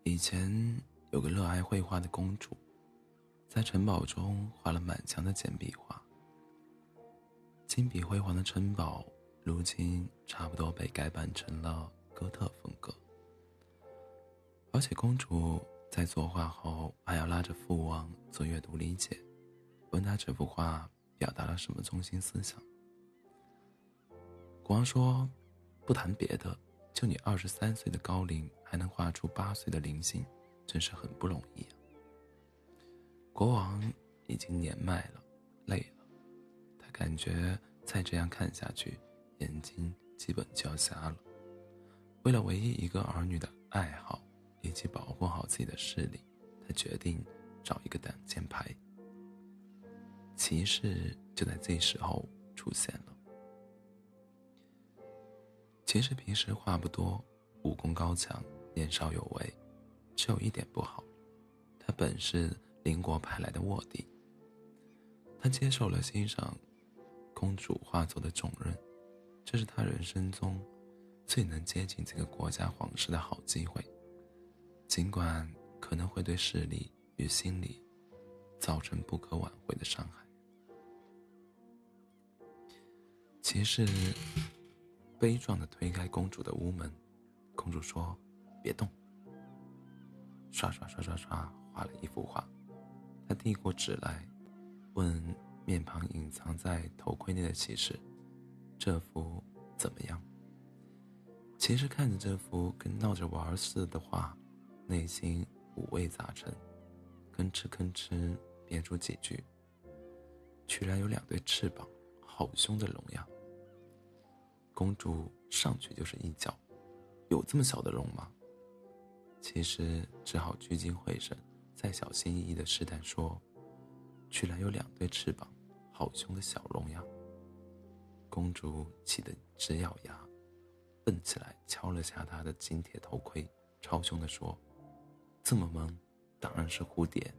以前有个热爱绘画的公主，在城堡中画了满墙的简笔画。金碧辉煌的城堡，如今差不多被改版成了哥特风格。而且公主在作画后还要拉着父王做阅读理解，问他这幅画表达了什么中心思想。国王说，不谈别的，就你23岁的高龄还能画出8岁的灵性，真是很不容易啊。国王已经年迈了，累了，他感觉再这样看下去，眼睛基本就要瞎了。为了唯一一个儿女的爱好以及保护好自己的视力，他决定找一个挡箭牌。骑士就在这时候出现了。骑士平时话不多，武功高强，年少有为，只有一点不好，他本是邻国派来的卧底。他接受了欣赏公主画作的重任，这是他人生中最能接近这个国家皇室的好机会，尽管可能会对视力与心理造成不可挽回的伤害。骑士悲壮地推开公主的屋门，公主说：“别动。”刷刷刷刷刷画了一幅画。他递过纸来，问面庞隐藏在头盔内的骑士：“这幅怎么样？”骑士看着这幅跟闹着玩似的画，内心五味杂陈，吭哧吭哧憋出几句：“居然有2对翅膀，好凶的龙呀！”公主上去就是一脚，有这么小的龙吗？骑士只好聚精会神，再小心翼翼地试探说：“居然有2对翅膀，好凶的小龙呀！”公主气得直咬牙，蹦起来敲了下他的金铁头盔，超凶地说：“这么萌，当然是蝴蝶。”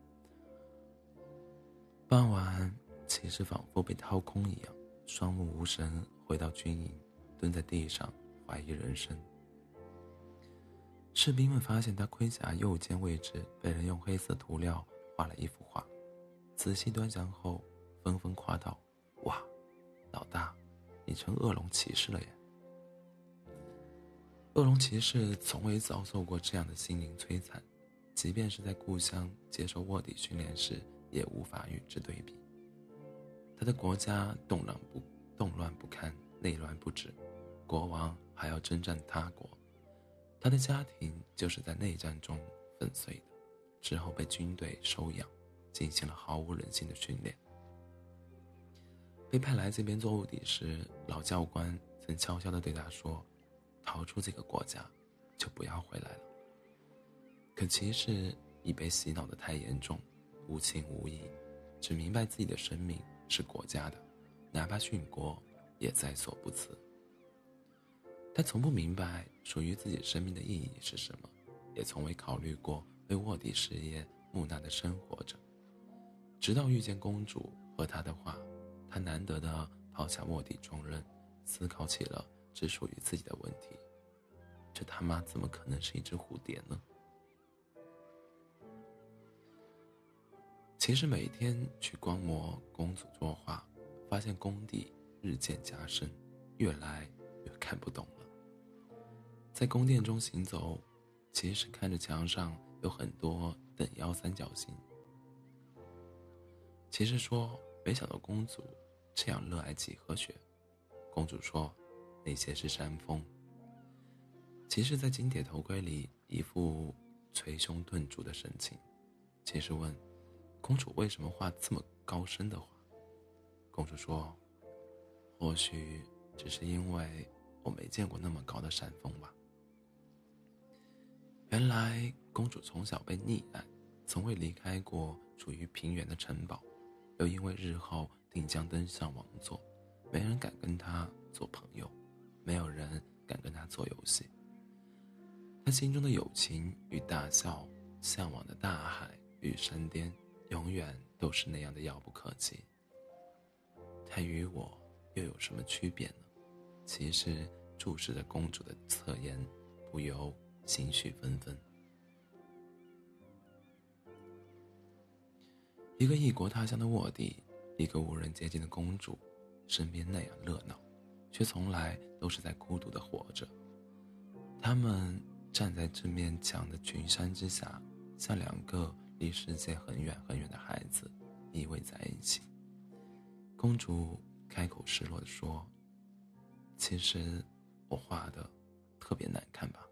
傍晚，骑士仿佛被掏空一样，双目无神，回到军营，蹲在地上怀疑人生。士兵们发现他盔甲右肩位置被人用黑色涂料画了一幅画，仔细端详后纷纷夸道：“哇，老大，你成恶龙骑士了耶！”恶龙骑士从未遭受过这样的心灵摧残，即便是在故乡接受卧底训练时，也无法与之对比。他的国家动乱不堪，内乱不止，国王还要征战他国。他的家庭就是在内战中粉碎的，之后被军队收养，进行了毫无人性的训练。被派来这边做卧底时，老教官曾悄悄地对他说：“逃出这个国家，就不要回来了。”可骑士已被洗脑得太严重，无情无义，只明白自己的生命是国家的，哪怕殉国也在所不辞。他从不明白属于自己生命的意义是什么，也从未考虑过为卧底事业木讷地生活着。直到遇见公主和她的话，他难得地抛下卧底重任，思考起了只属于自己的问题：这他妈怎么可能是一只蝴蝶呢？骑士每天去观摩公主作画，发现功底日渐加深，越来越看不懂了。在宫殿中行走，骑士看着墙上有很多等腰三角形。骑士说：“没想到公主这样热爱几何学。”公主说：“那些是山峰。”骑士在金铁头盔里一副捶胸顿足的神情。骑士问：“公主为什么画这么高深的画？”公主说：“或许只是因为我没见过那么高的山峰吧。”原来公主从小被溺爱，从未离开过处于平原的城堡，又因为日后定将登上王座，没人敢跟她做朋友，没有人敢跟她做游戏。她心中的友情与大笑，向往的大海与山巅，永远都是那样的遥不可及。她与我又有什么区别呢？骑士注视着公主的侧颜，不由心绪纷纷。 一个异国他乡的卧底，一个无人接近的公主，身边那样热闹，却从来都是在孤独地活着。他们站在这面墙的群山之下，像两个离世界很远很远的孩子依偎在一起。公主开口失落地说：“其实我画的特别难看吧？”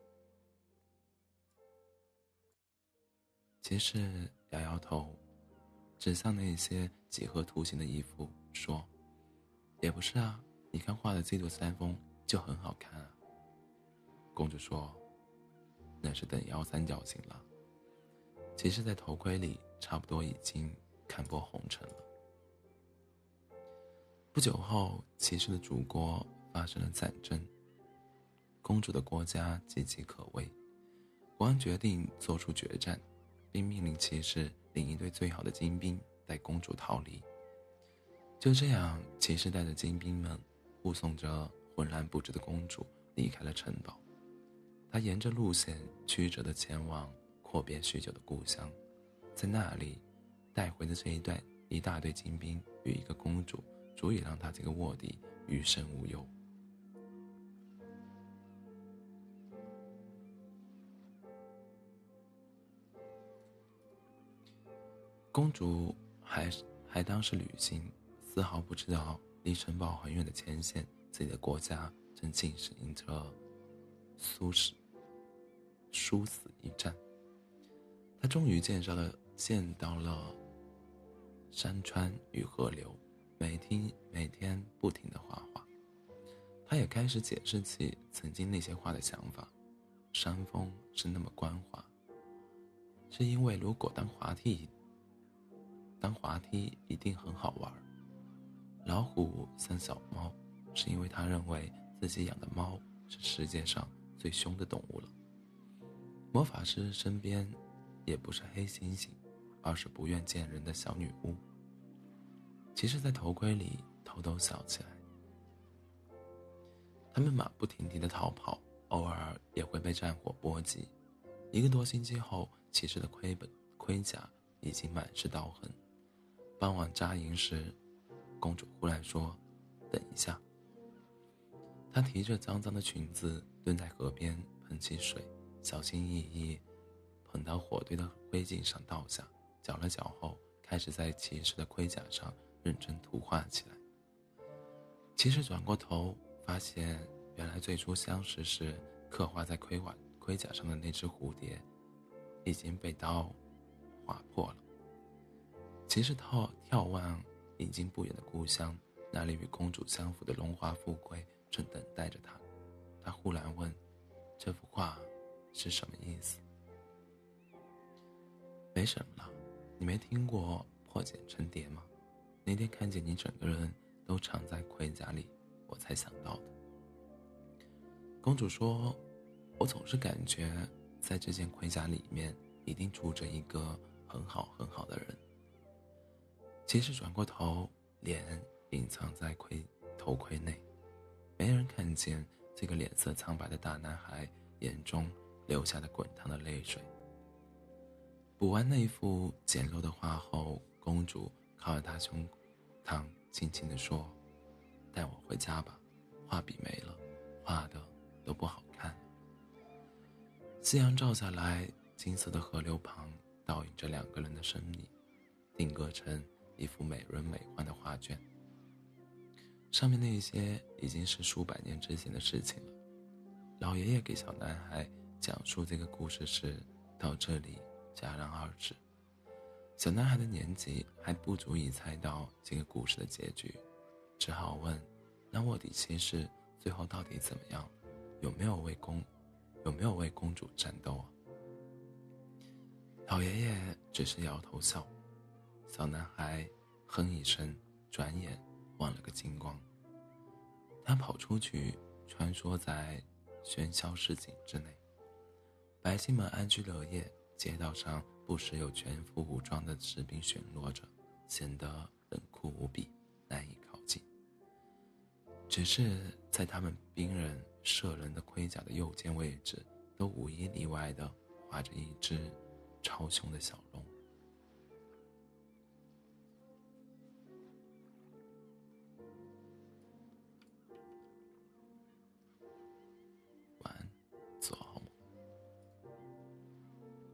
骑士摇摇头，指向那些几何图形的衣服说：“也不是啊，你看画的基督山峰就很好看啊。”公主说：“那是等腰三角形了。”骑士在头盔里差不多已经看破红尘了。不久后，骑士的祖国发生了战争，公主的国家岌岌可危，国王决定做出决战，并命令骑士领一队最好的精兵带公主逃离。就这样，骑士带着精兵们护送着浑然不知的公主离开了城堡。他沿着路线曲折地前往阔别许久的故乡，在那里带回的这一大队精兵与一个公主，足以让他这个卧底余生无忧。公主还当是旅行，丝毫不知道离城堡很远的前线，自己的国家正进行着殊死一战。她终于见到了山川与河流，每天不停地画画。她也开始解释起曾经那些画的想法。山峰是那么光滑，是因为如果当滑梯一定很好玩。老虎像小猫，是因为他认为自己养的猫是世界上最凶的动物了。魔法师身边也不是黑猩猩，而是不愿见人的小女巫。骑士在头盔里偷偷笑起来。他们马不停蹄地逃跑，偶尔也会被战火波及。1个多星期后，骑士的盔甲已经满是刀痕。傍晚扎营时，公主忽然说：“等一下。”她提着脏脏的裙子蹲在河边，喷起水，小心翼翼捧到火堆的灰烬上倒下，搅了搅后，开始在骑士的盔甲上认真涂画起来。骑士转过头，发现原来最初相识时刻画在盔甲上的那只蝴蝶已经被刀划破了。骑士眺望已经不远的故乡，那里与公主相符的荣华富贵正等待着他。他忽然问：“这幅画是什么意思？”“没什么了，你没听过破茧成蝶吗？那天看见你整个人都藏在盔甲里，我才想到的。”公主说：“我总是感觉在这件盔甲里面一定住着一个很好很好的人。”骑士转过头，脸隐藏在头盔内，没人看见这个脸色苍白的大男孩眼中流下的滚烫的泪水。补完那幅简陋的画后，公主靠着他胸膛轻轻地说：“带我回家吧，画笔没了，画的都不好看了。”夕阳照下来，金色的河流旁倒映着2个人的身影，定格成一幅美轮美奂的画卷。上面那些已经是数百年之前的事情了。老爷爷给小男孩讲述这个故事时，到这里戛然而止。小男孩的年纪还不足以猜到这个故事的结局，只好问：“那卧底骑士最后到底怎么样？有没有为公主战斗啊？”老爷爷只是摇头笑。小男孩哼一声，转眼忘了个精光。他跑出去，穿梭在喧嚣市井之内，百姓们安居乐业，街道上不时有全副武装的士兵巡逻着，显得冷酷无比，难以靠近。只是在他们兵刃射人的盔甲的右肩位置，都无一例外地画着一只超凶的小龙。